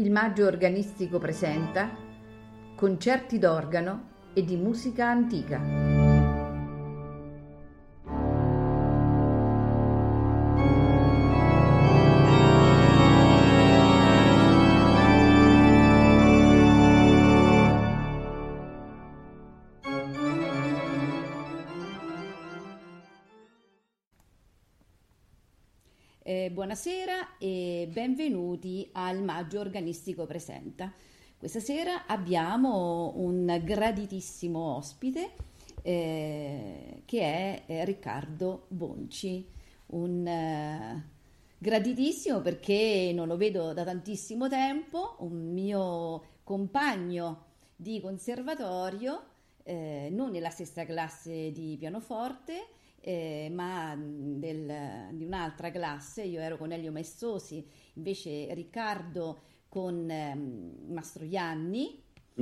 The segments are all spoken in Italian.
Il Maggio Organistico presenta concerti d'organo e di musica antica. Buonasera e benvenuti al Maggio Organistico Presenta. Questa sera abbiamo un graditissimo ospite che è Riccardo Bonci, graditissimo perché non lo vedo da tantissimo tempo, un mio compagno di conservatorio, non nella stessa classe di pianoforte, ma di un'altra classe. Io ero con Elio Maestosi, invece Riccardo con Mastroianni,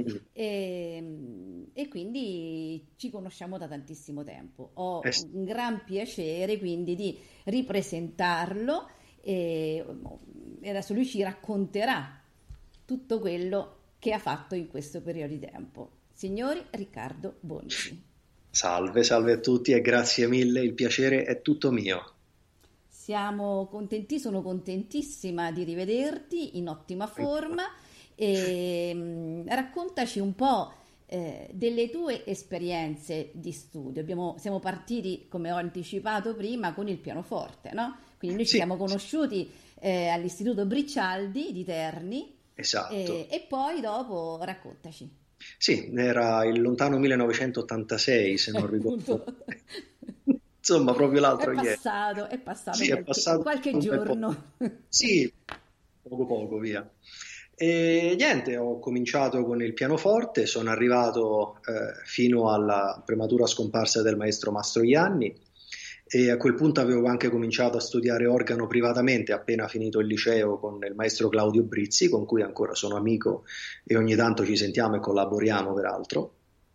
e quindi ci conosciamo da tantissimo tempo. Ho un gran piacere quindi di ripresentarlo e adesso lui ci racconterà tutto quello che ha fatto in questo periodo di tempo. Signori, Riccardo Bonci. Salve a tutti e grazie mille, il piacere è tutto mio. Siamo contenti, sono contentissima di rivederti in ottima forma e raccontaci un po' delle tue esperienze di studio. Siamo partiti, come ho anticipato prima, con il pianoforte, no? Quindi noi ci siamo conosciuti all'Istituto Briccialdi di Terni. Esatto. E poi dopo raccontaci. Sì, era il lontano 1986, se non ricordo. Insomma, proprio l'altro ieri. È passato Sì, è passato qualche giorno. Sì, poco, via. E niente, ho cominciato con il pianoforte, sono arrivato fino alla prematura scomparsa del maestro Mastroianni e a quel punto avevo anche cominciato a studiare organo privatamente appena finito il liceo con il maestro Claudio Brizzi, con cui ancora sono amico e ogni tanto ci sentiamo e collaboriamo peraltro.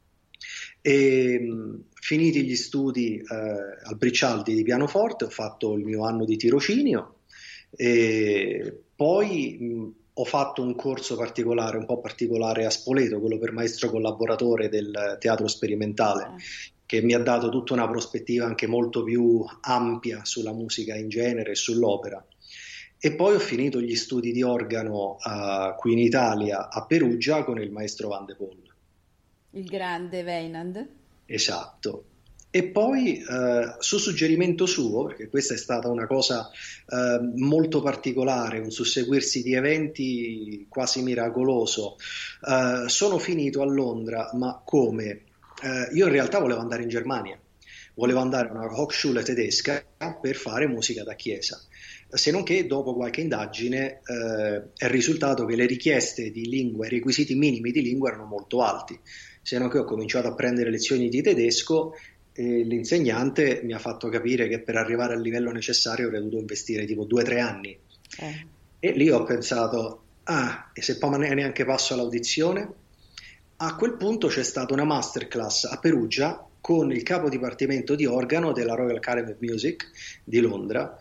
E finiti gli studi al Briccialdi di pianoforte ho fatto il mio anno di tirocinio e poi ho fatto un corso particolare, un po' particolare a Spoleto, quello per maestro collaboratore del teatro sperimentale, che mi ha dato tutta una prospettiva anche molto più ampia sulla musica in genere e sull'opera. E poi ho finito gli studi di organo qui in Italia, a Perugia, con il maestro Van de Poel. Il grande Weinand. Esatto. E poi su suggerimento suo, perché questa è stata una cosa molto particolare, un susseguirsi di eventi quasi miracoloso, sono finito a Londra, ma come? Io in realtà volevo andare in Germania, volevo andare a una Hochschule tedesca per fare musica da chiesa, se non che dopo qualche indagine è risultato che le richieste di lingua, i requisiti minimi di lingua erano molto alti, se non che ho cominciato a prendere lezioni di tedesco e l'insegnante mi ha fatto capire che per arrivare al livello necessario avrei dovuto investire tipo 2 o 3 anni. E lì ho pensato, e se poi neanche passo all'audizione? A quel punto c'è stata una masterclass a Perugia con il capo dipartimento di organo della Royal Academy of Music di Londra,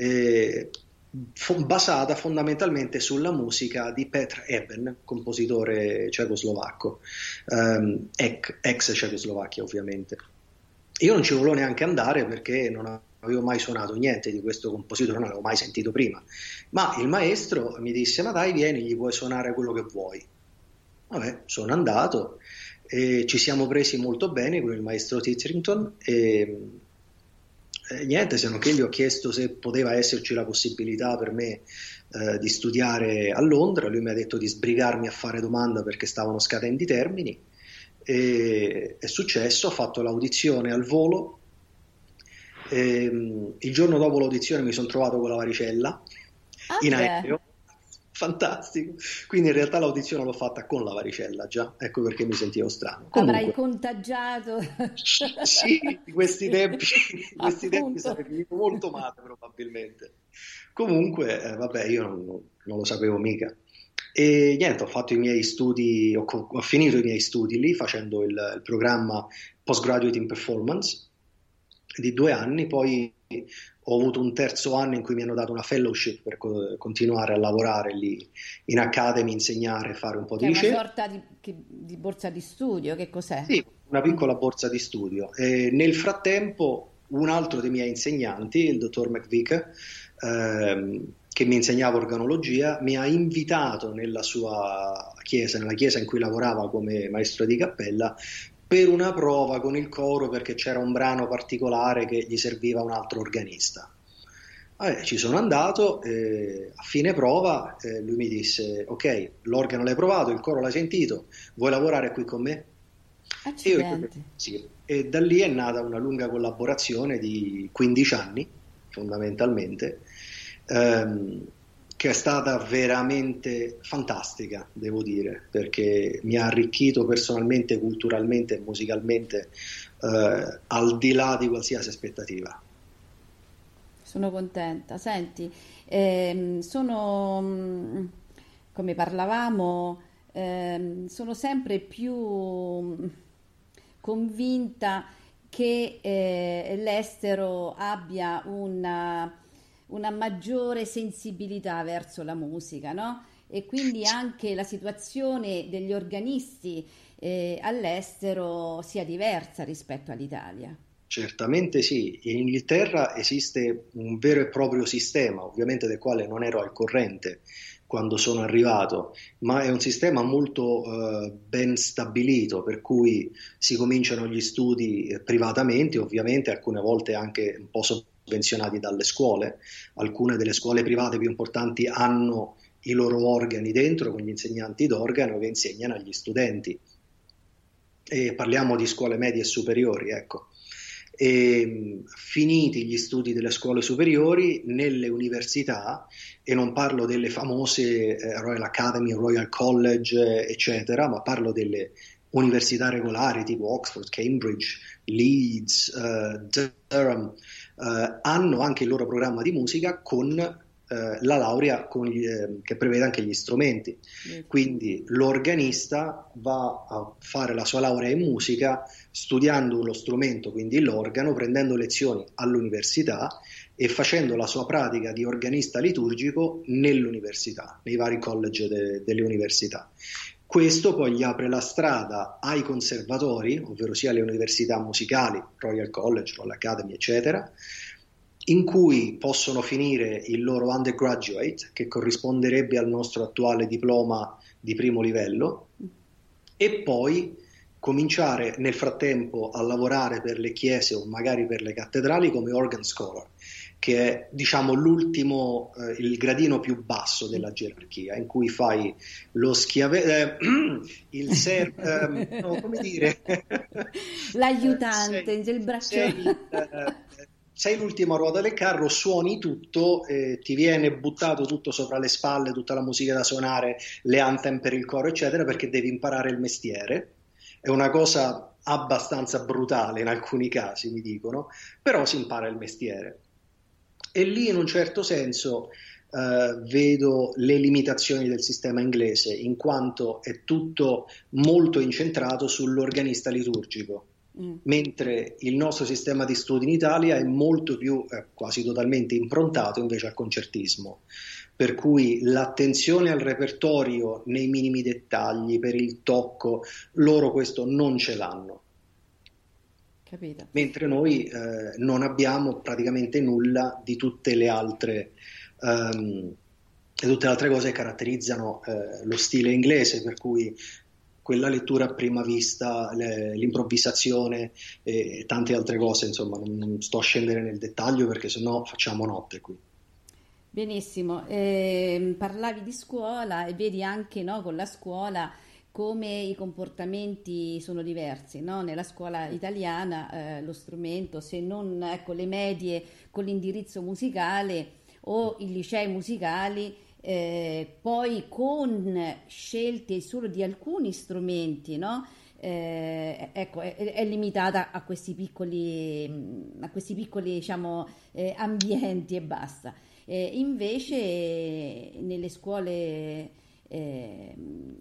basata fondamentalmente sulla musica di Petr Eben, compositore cecoslovacco, ex Cecoslovacchia ovviamente. Io non ci volevo neanche andare perché non avevo mai suonato niente di questo compositore, non l'avevo mai sentito prima, ma il maestro mi disse: ma dai, vieni, gli puoi suonare quello che vuoi. Vabbè, sono andato e ci siamo presi molto bene con il maestro Tithrington e niente, se non che gli ho chiesto se poteva esserci la possibilità per me di studiare a Londra. Lui mi ha detto di sbrigarmi a fare domanda perché stavano scadendo i termini e è successo, ho fatto l'audizione al volo e, il giorno dopo l'audizione mi sono trovato con la varicella in aereo. Fantastico, quindi in realtà l'audizione l'ho fatta con la varicella già, ecco perché mi sentivo strano. Comunque, avrai contagiato. Sì, in questi tempi sarei finito molto male probabilmente. Comunque vabbè, io non lo sapevo mica e niente, ho fatto i miei studi, ho finito i miei studi lì facendo il programma Postgraduate in Performance di 2 anni, poi ho avuto un terzo anno in cui mi hanno dato una fellowship per continuare a lavorare lì in academy, insegnare, fare un po' Che di è una ricerca. sorta di borsa di studio, che cos'è? Sì, una Mm. piccola borsa di studio. E nel frattempo, un altro dei miei insegnanti, il dottor McVick, che mi insegnava organologia, mi ha invitato nella sua chiesa, nella chiesa in cui lavorava come maestro di cappella, per una prova con il coro perché c'era un brano particolare che gli serviva un altro organista. Vabbè, ci sono andato, a fine prova lui mi disse: Ok, l'organo l'hai provato, il coro l'hai sentito, vuoi lavorare qui con me? E io gli ho detto Accidenti. sì. E da lì è nata una lunga collaborazione di 15 anni, fondamentalmente, ehm, che è stata veramente fantastica, devo dire, perché mi ha arricchito personalmente, culturalmente e musicalmente, al di là di qualsiasi aspettativa. Sono contenta. Senti, sono, come parlavamo, sono sempre più convinta che l'estero abbia una maggiore sensibilità verso la musica, no? E quindi anche la situazione degli organisti all'estero sia diversa rispetto all'Italia. Certamente sì, in Inghilterra esiste un vero e proprio sistema, ovviamente del quale non ero al corrente quando sono arrivato, ma è un sistema molto ben stabilito, per cui si cominciano gli studi privatamente, ovviamente alcune volte anche un po' sovvenzionati dalle scuole. Alcune delle scuole private più importanti hanno i loro organi dentro con gli insegnanti d'organo che insegnano agli studenti. E parliamo di scuole medie e superiori, ecco. E, finiti gli studi delle scuole superiori, nelle università, e non parlo delle famose Royal Academy, Royal College, eccetera, ma parlo delle università regolari tipo Oxford, Cambridge, Leeds, Durham, hanno anche il loro programma di musica con la laurea che prevede anche gli strumenti. Quindi l'organista va a fare la sua laurea in musica studiando lo strumento, quindi l'organo, prendendo lezioni all'università e facendo la sua pratica di organista liturgico nell'università, nei vari college delle università. Questo poi gli apre la strada ai conservatori, ovvero sia le università musicali, Royal College, Royal Academy, eccetera, in cui possono finire il loro undergraduate, che corrisponderebbe al nostro attuale diploma di primo livello, e poi cominciare nel frattempo a lavorare per le chiese o magari per le cattedrali come organ scholar, che è diciamo l'ultimo, il gradino più basso della gerarchia, in cui fai lo il no, come dire, L'aiutante, sei, il braccio. sei l'ultima ruota del carro, suoni tutto, ti viene buttato tutto sopra le spalle, tutta la musica da suonare, le anthem per il coro, eccetera, perché devi imparare il mestiere. È una cosa abbastanza brutale in alcuni casi, mi dicono, però si impara il mestiere. E lì in un certo senso vedo le limitazioni del sistema inglese, in quanto è tutto molto incentrato sull'organista liturgico, Mm, mentre il nostro sistema di studi in Italia è molto più, quasi totalmente improntato invece al concertismo. Per cui l'attenzione al repertorio nei minimi dettagli, per il tocco, loro questo non ce l'hanno, capito. mentre noi non abbiamo praticamente nulla di tutte le altre cose che caratterizzano lo stile inglese, per cui quella lettura a prima vista, l'improvvisazione e tante altre cose, insomma, non sto a scendere nel dettaglio perché sennò facciamo notte qui. Benissimo. Parlavi di scuola e vedi anche, no, con la scuola come i comportamenti sono diversi, no? Nella scuola italiana lo strumento, se non ecco, le medie con l'indirizzo musicale o i licei musicali, poi con scelte solo di alcuni strumenti, no? Ecco, è limitata a questi piccoli, diciamo, ambienti e basta. Invece nelle scuole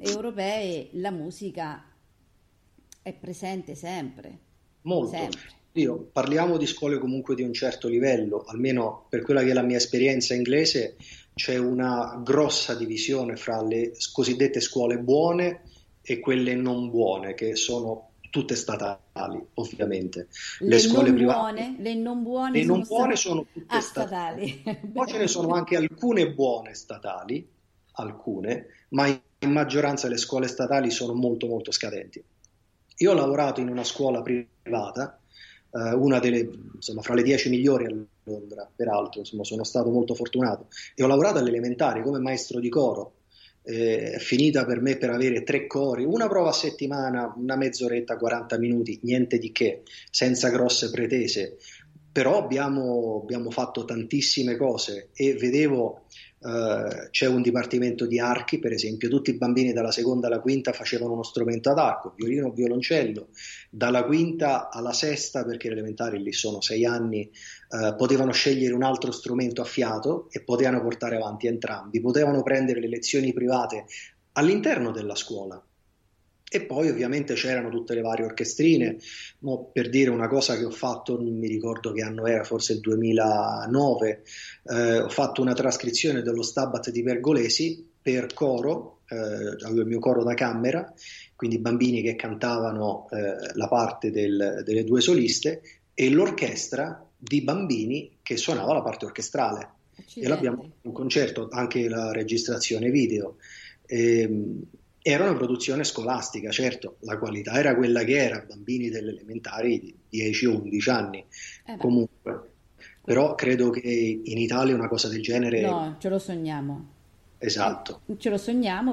europee la musica è presente sempre, Molto. sempre. Io, parliamo di scuole comunque di un certo livello, almeno per quella che è la mia esperienza inglese, c'è una grossa divisione fra le cosiddette scuole buone e quelle non buone, che sono tutte statali, ovviamente. Le scuole private, Le non buone le non sono buone state... sono tutte Ah, statali, statali. poi ce ne sono anche alcune buone statali, alcune, ma in maggioranza le scuole statali sono molto molto scadenti. Io ho lavorato in una scuola privata, una delle, insomma, fra le 10 migliori a Londra, peraltro, insomma, sono stato molto fortunato, e ho lavorato alle elementari come maestro di coro. È finita per me per avere 3 cori, una prova a settimana, una mezz'oretta, 40 minuti, niente di che, senza grosse pretese. Però abbiamo fatto tantissime cose e vedevo, c'è un dipartimento di archi, per esempio, tutti i bambini dalla seconda alla quinta facevano uno strumento ad arco, violino, violoncello, dalla quinta alla sesta, perché le elementari lì sono 6 anni, potevano scegliere un altro strumento a fiato e potevano portare avanti entrambi, potevano prendere le lezioni private all'interno della scuola. E poi ovviamente c'erano tutte le varie orchestrine. Per dire una cosa che ho fatto, non mi ricordo che anno era, forse il 2009, ho fatto una trascrizione dello Stabat di Pergolesi per coro, avevo il mio coro da camera, quindi bambini che cantavano la parte delle due soliste e l'orchestra di bambini che suonava la parte orchestrale. E l'abbiamo Accidenti. fatto un concerto, anche la registrazione video. Era una produzione scolastica, certo, la qualità era quella che era, bambini delle elementari di 10 o 11 anni, Eh beh, comunque. Però credo che in Italia una cosa del genere, no, ce lo sogniamo. esatto, Ce lo sogniamo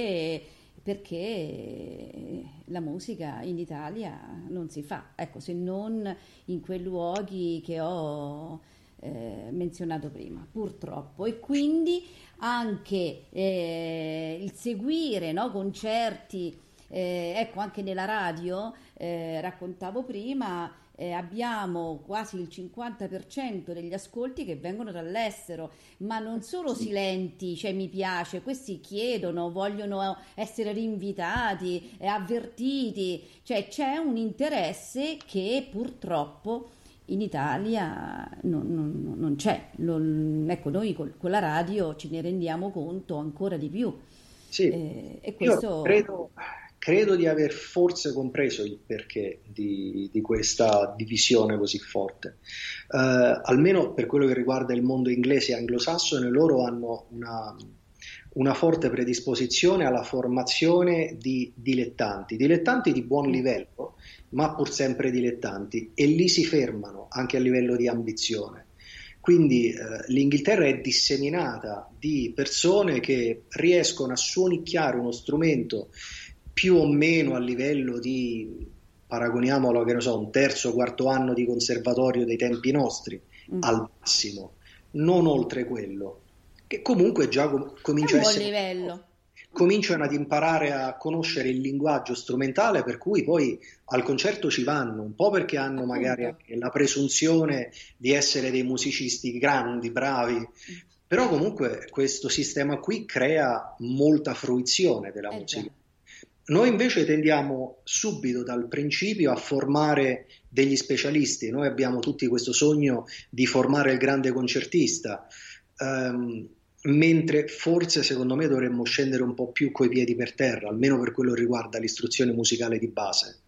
perché la musica in Italia non si fa, ecco, se non in quei luoghi che ho menzionato prima, purtroppo. E quindi anche il seguire, no, concerti, ecco, anche nella radio, raccontavo prima, abbiamo quasi il 50% degli ascolti che vengono dall'estero, ma non solo sì, silenti, cioè mi piace, questi chiedono, vogliono essere rinvitati, avvertiti, cioè c'è un interesse che purtroppo in Italia non c'è. Ecco, noi con la radio ce ne rendiamo conto ancora di più. sì. E Io questo credo di aver forse compreso il perché di questa divisione così forte. Almeno per quello che riguarda il mondo inglese e anglosassone, loro hanno una forte predisposizione alla formazione di dilettanti, dilettanti di buon livello, ma pur sempre dilettanti, e lì si fermano anche a livello di ambizione. Quindi l'Inghilterra è disseminata di persone che riescono a suonicchiare uno strumento più o meno a livello di, paragoniamolo, che ne so, un terzo, quarto anno di conservatorio dei tempi nostri, mm, al massimo, non oltre quello, che comunque già è comincia un a buon essere qualcosa. livello. Cominciano ad imparare a conoscere il linguaggio strumentale, per cui poi al concerto ci vanno, un po' perché hanno magari Appunto. anche la presunzione di essere dei musicisti grandi, bravi, però comunque questo sistema qui crea molta fruizione della Eh già. musica. Noi invece tendiamo subito dal principio a formare degli specialisti, noi abbiamo tutti questo sogno di formare il grande concertista, ehm, mentre forse secondo me dovremmo scendere un po' più coi piedi per terra, almeno per quello che riguarda l'istruzione musicale di base.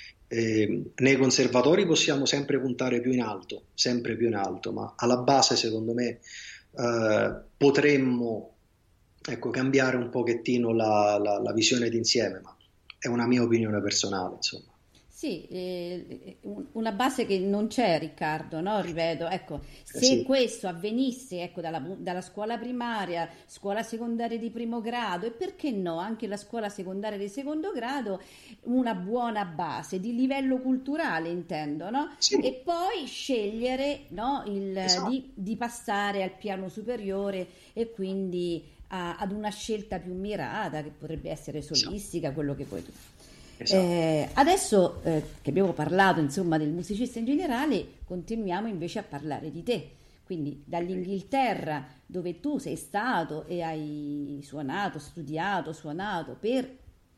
Nei conservatori possiamo sempre puntare più in alto, sempre più in alto, ma alla base secondo me potremmo, ecco, cambiare un pochettino la visione d'insieme, ma è una mia opinione personale, insomma. Sì, una base che non c'è, Riccardo, no? Ripeto, ecco, se Sì, questo avvenisse, ecco, dalla scuola primaria, scuola secondaria di primo grado e perché no, anche la scuola secondaria di secondo grado, una buona base di livello culturale, intendo, no? E sì, poi scegliere, no, esatto, di passare al piano superiore e quindi ad una scelta più mirata, che potrebbe essere esatto, solistica, quello che vuoi tu. esatto. Adesso che abbiamo parlato insomma del musicista in generale, continuiamo invece a parlare di te. Quindi Ok. dall'Inghilterra dove tu sei stato e hai suonato, studiato, suonato per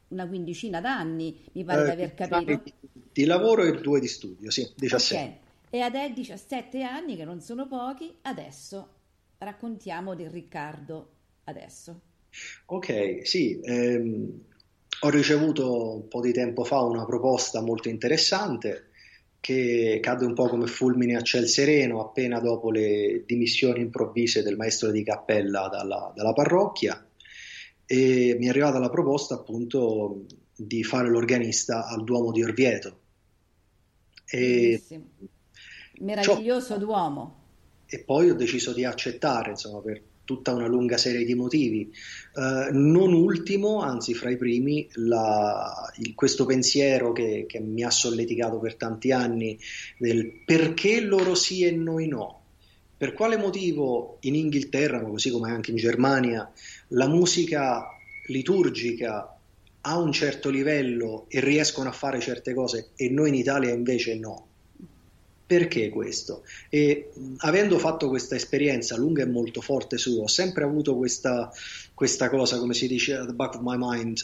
una quindicina d'anni, mi pare di aver capito. Di lavoro e 2 di studio, sì, 17. Ok, e adesso 17 anni, che non sono pochi, adesso raccontiamo del Riccardo adesso. Ok, sì, ho ricevuto un po' di tempo fa una proposta molto interessante che cadde un po' come fulmine a ciel sereno appena dopo le dimissioni improvvise del maestro di cappella dalla parrocchia, e mi è arrivata la proposta appunto di fare l'organista al Duomo di Orvieto. E, Bellissimo, ciò- meraviglioso Duomo. e poi ho deciso di accettare, insomma, per tutta una lunga serie di motivi. Non ultimo, anzi fra i primi, questo pensiero che mi ha solleticato per tanti anni del perché loro sì e noi no. Per quale motivo in Inghilterra, ma così come anche in Germania, la musica liturgica ha un certo livello e riescono a fare certe cose e noi in Italia invece no? Perché questo? E avendo fatto questa esperienza lunga e molto forte su, ho sempre avuto questa cosa, come si dice, at the back of my mind,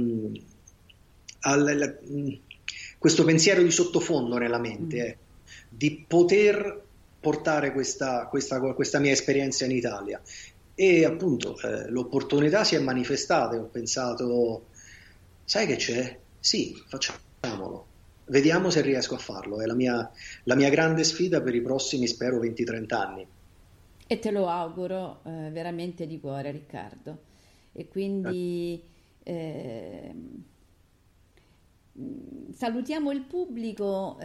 questo pensiero di sottofondo nella mente, Mm. di poter portare questa mia esperienza in Italia. E appunto l'opportunità si è manifestata e ho pensato, sai che c'è? Sì, facciamolo. Vediamo se riesco a farlo. È la mia grande sfida per i prossimi, spero, 20-30 anni. E te lo auguro veramente di cuore, Riccardo. E quindi salutiamo il pubblico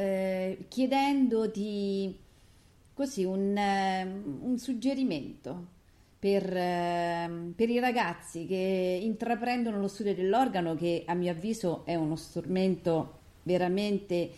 chiedendoti così un suggerimento per i ragazzi che intraprendono lo studio dell'organo, che a mio avviso è uno strumento veramente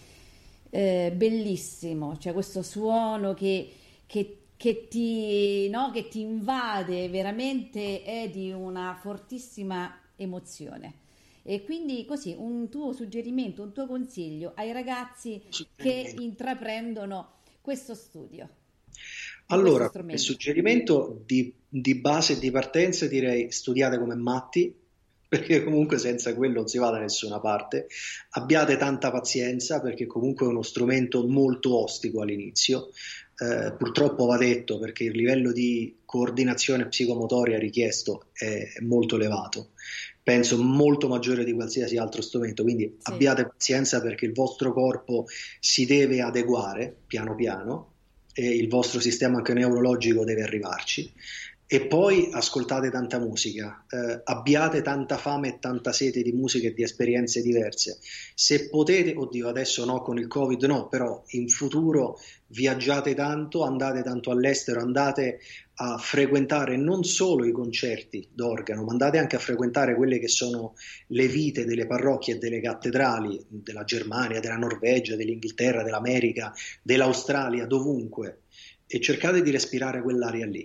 bellissimo, cioè questo suono che ti, no, che ti invade, veramente è di una fortissima emozione. E quindi così un tuo suggerimento, un tuo consiglio ai ragazzi che Suggerimento. intraprendono questo studio di questo Allora, come strumento. suggerimento di base e di partenza direi studiate come matti, perché comunque senza quello non si va da nessuna parte. Abbiate tanta pazienza perché comunque è uno strumento molto ostico all'inizio. Purtroppo va detto perché il livello di coordinazione psicomotoria richiesto è molto elevato, penso molto maggiore di qualsiasi altro strumento, quindi Sì, abbiate pazienza perché il vostro corpo si deve adeguare piano piano e il vostro sistema anche neurologico deve arrivarci. E poi ascoltate tanta musica, abbiate tanta fame e tanta sete di musica e di esperienze diverse. Se potete, oddio, adesso no con il Covid, no, però in futuro viaggiate tanto, andate tanto all'estero, andate a frequentare non solo i concerti d'organo, ma andate anche a frequentare quelle che sono le vite delle parrocchie e delle cattedrali della Germania, della Norvegia, dell'Inghilterra, dell'America, dell'Australia, dovunque, e cercate di respirare quell'aria lì.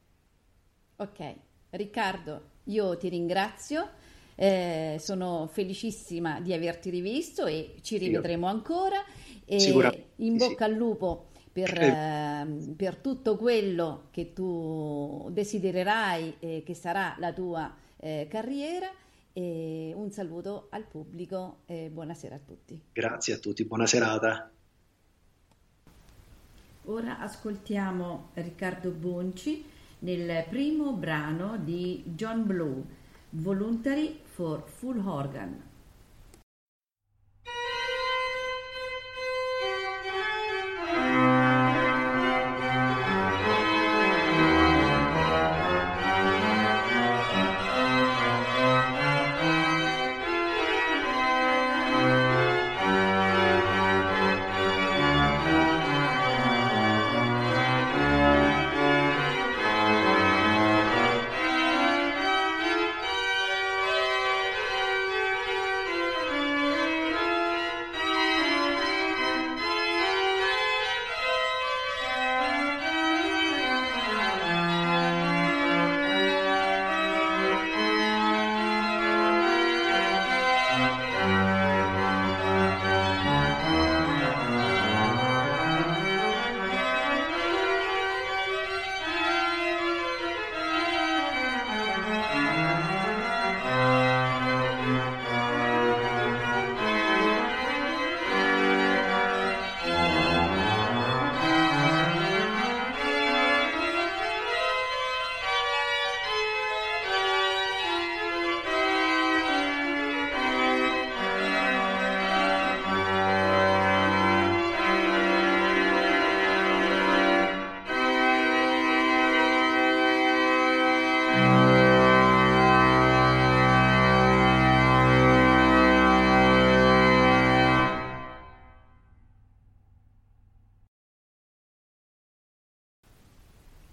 ok. Riccardo, io ti ringrazio, sono felicissima di averti rivisto e ci Io rivedremo ancora. E in sicuramente sì. bocca al lupo per tutto quello che tu desidererai e che sarà la tua carriera. E un saluto al pubblico e buonasera a tutti. Grazie a tutti, buona serata. Ora ascoltiamo Riccardo Bonci nel primo brano di John Blue, Voluntary for Full Organ.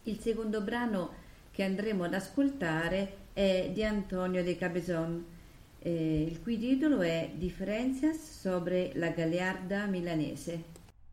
Il secondo brano che andremo ad ascoltare è di Antonio de Cabezón, il cui titolo è Diferencias sobre la Gagliarda milanese.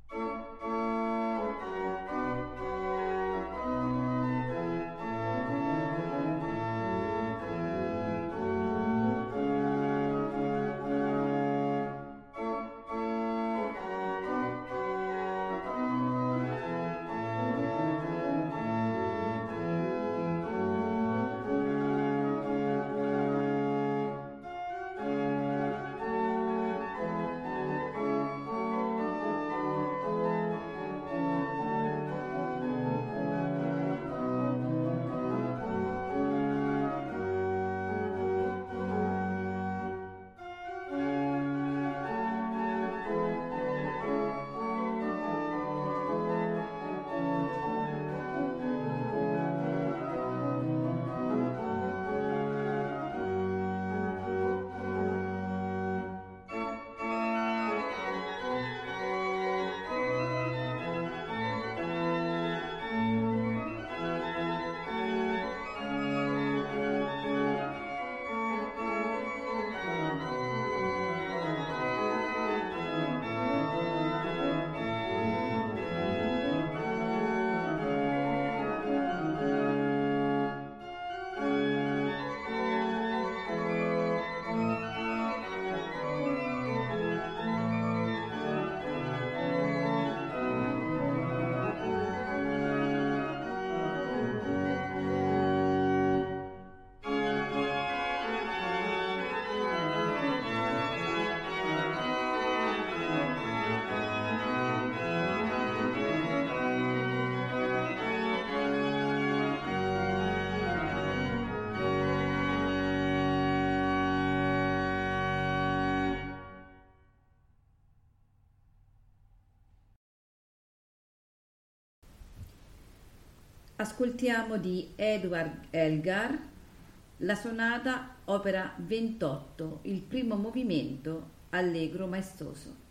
Ascoltiamo di Edward Elgar la sonata opera 28, il primo movimento allegro maestoso.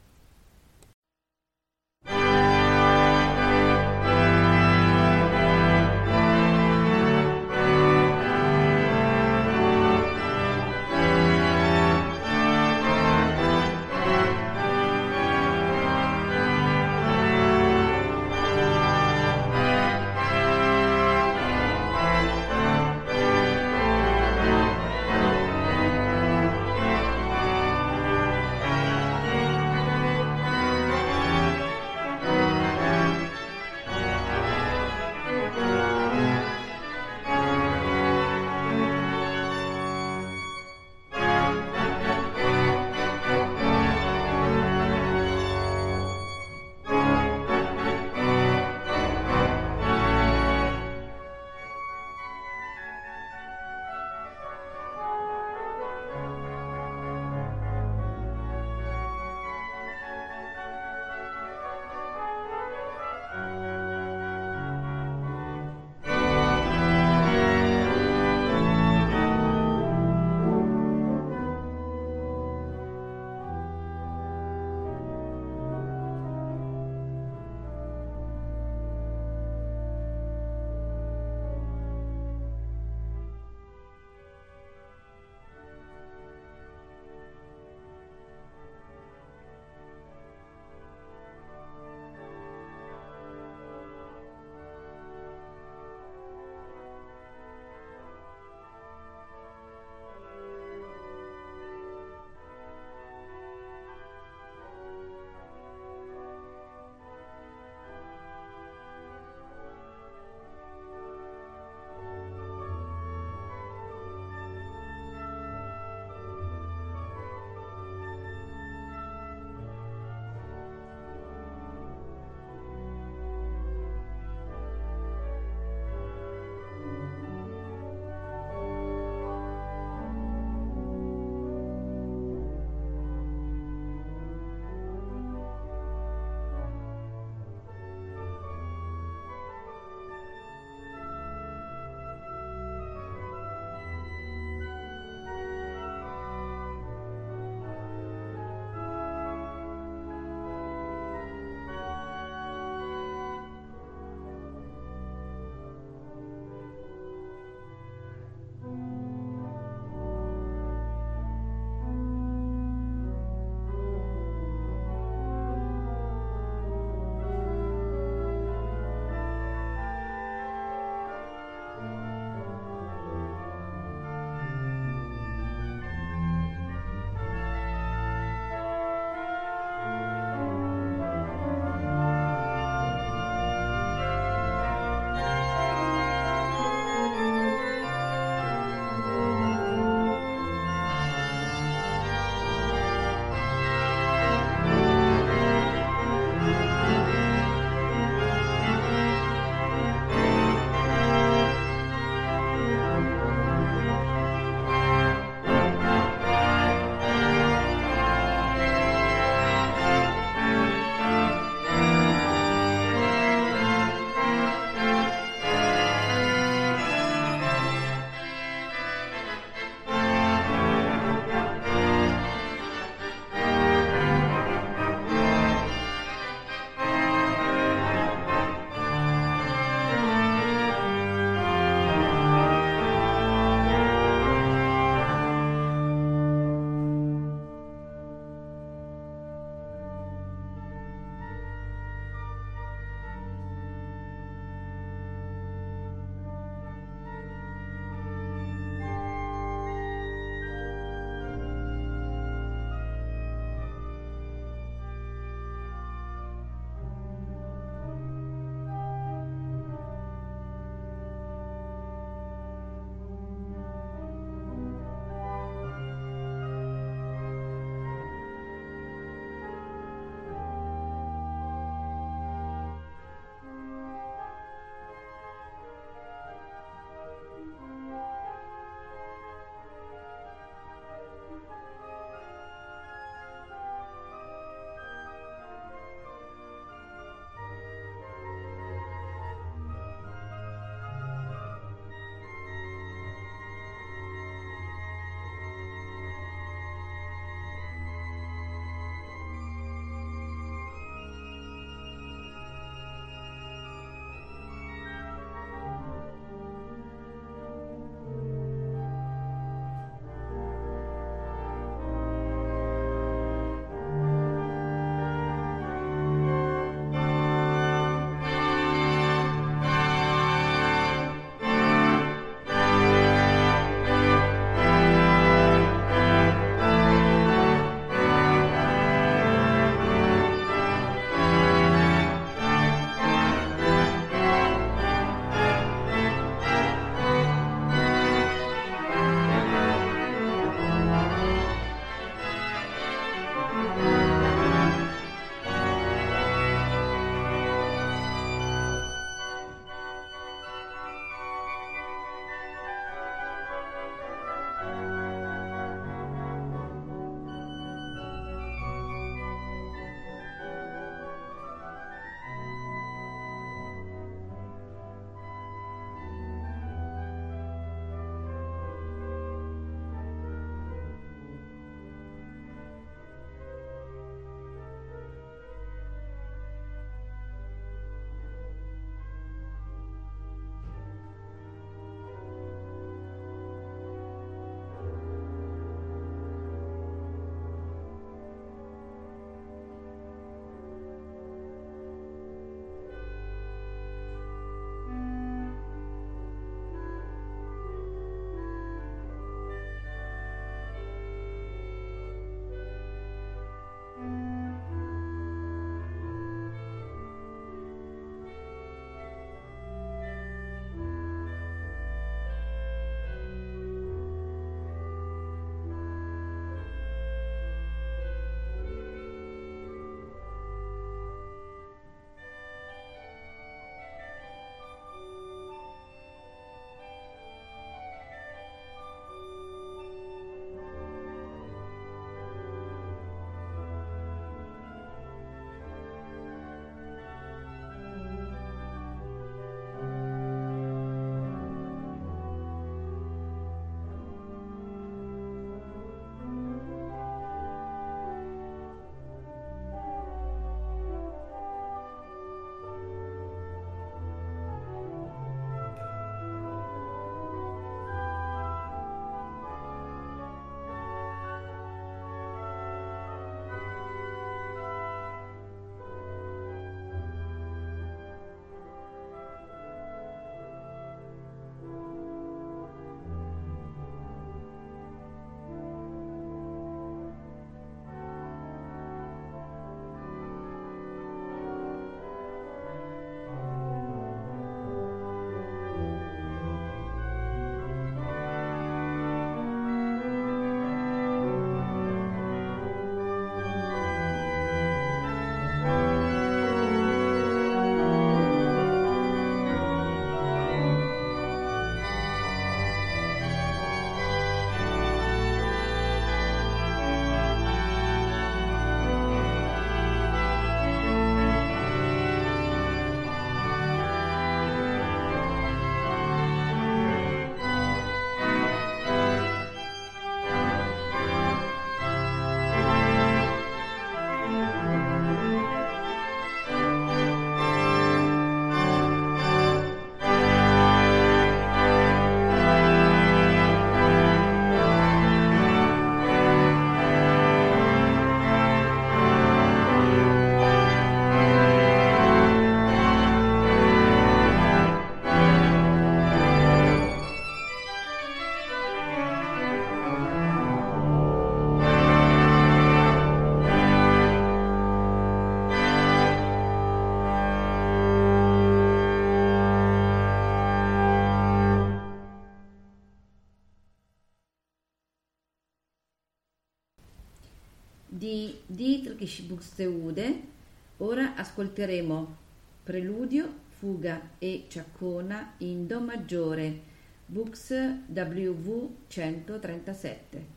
di Dietrich Buxtehude. Ora ascolteremo Preludio, Fuga e Ciaccona in Do maggiore, Bux WV 137.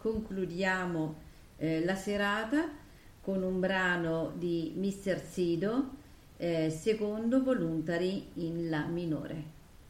concludiamo la serata con un brano di Mr. Sido, secondo Voluntary in La minore.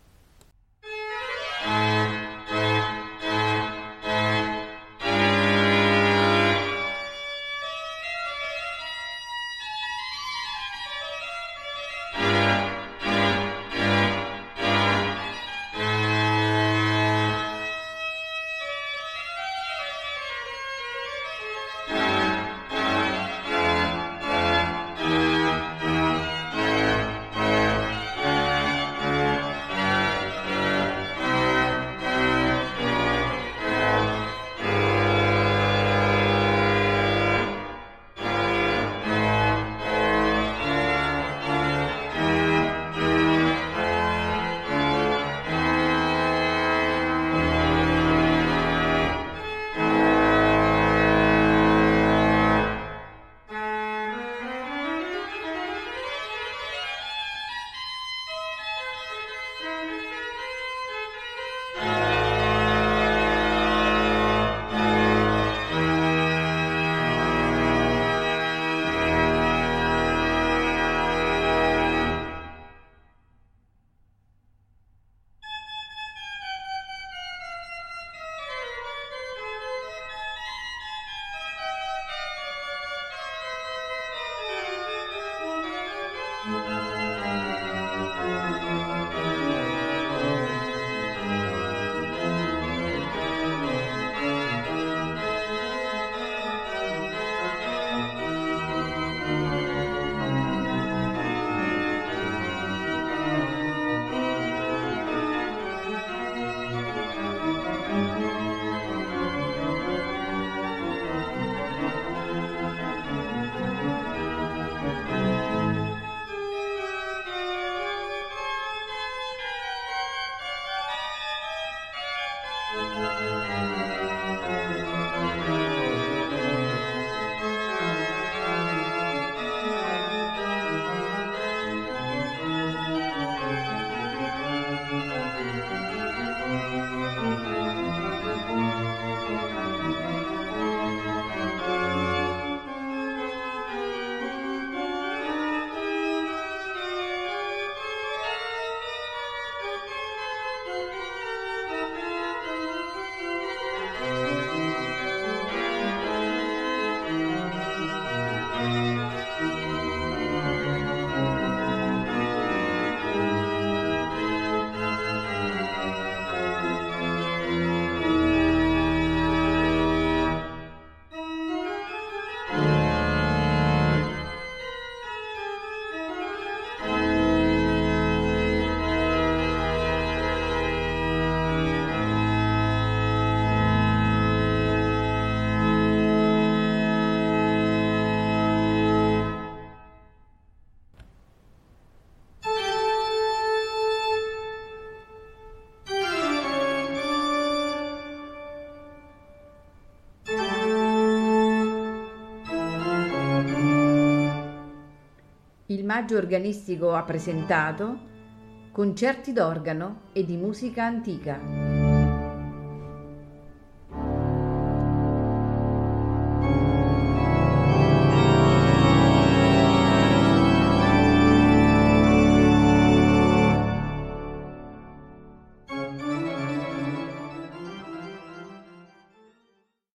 Il Maggio Organistico ha presentato concerti d'organo e di musica antica.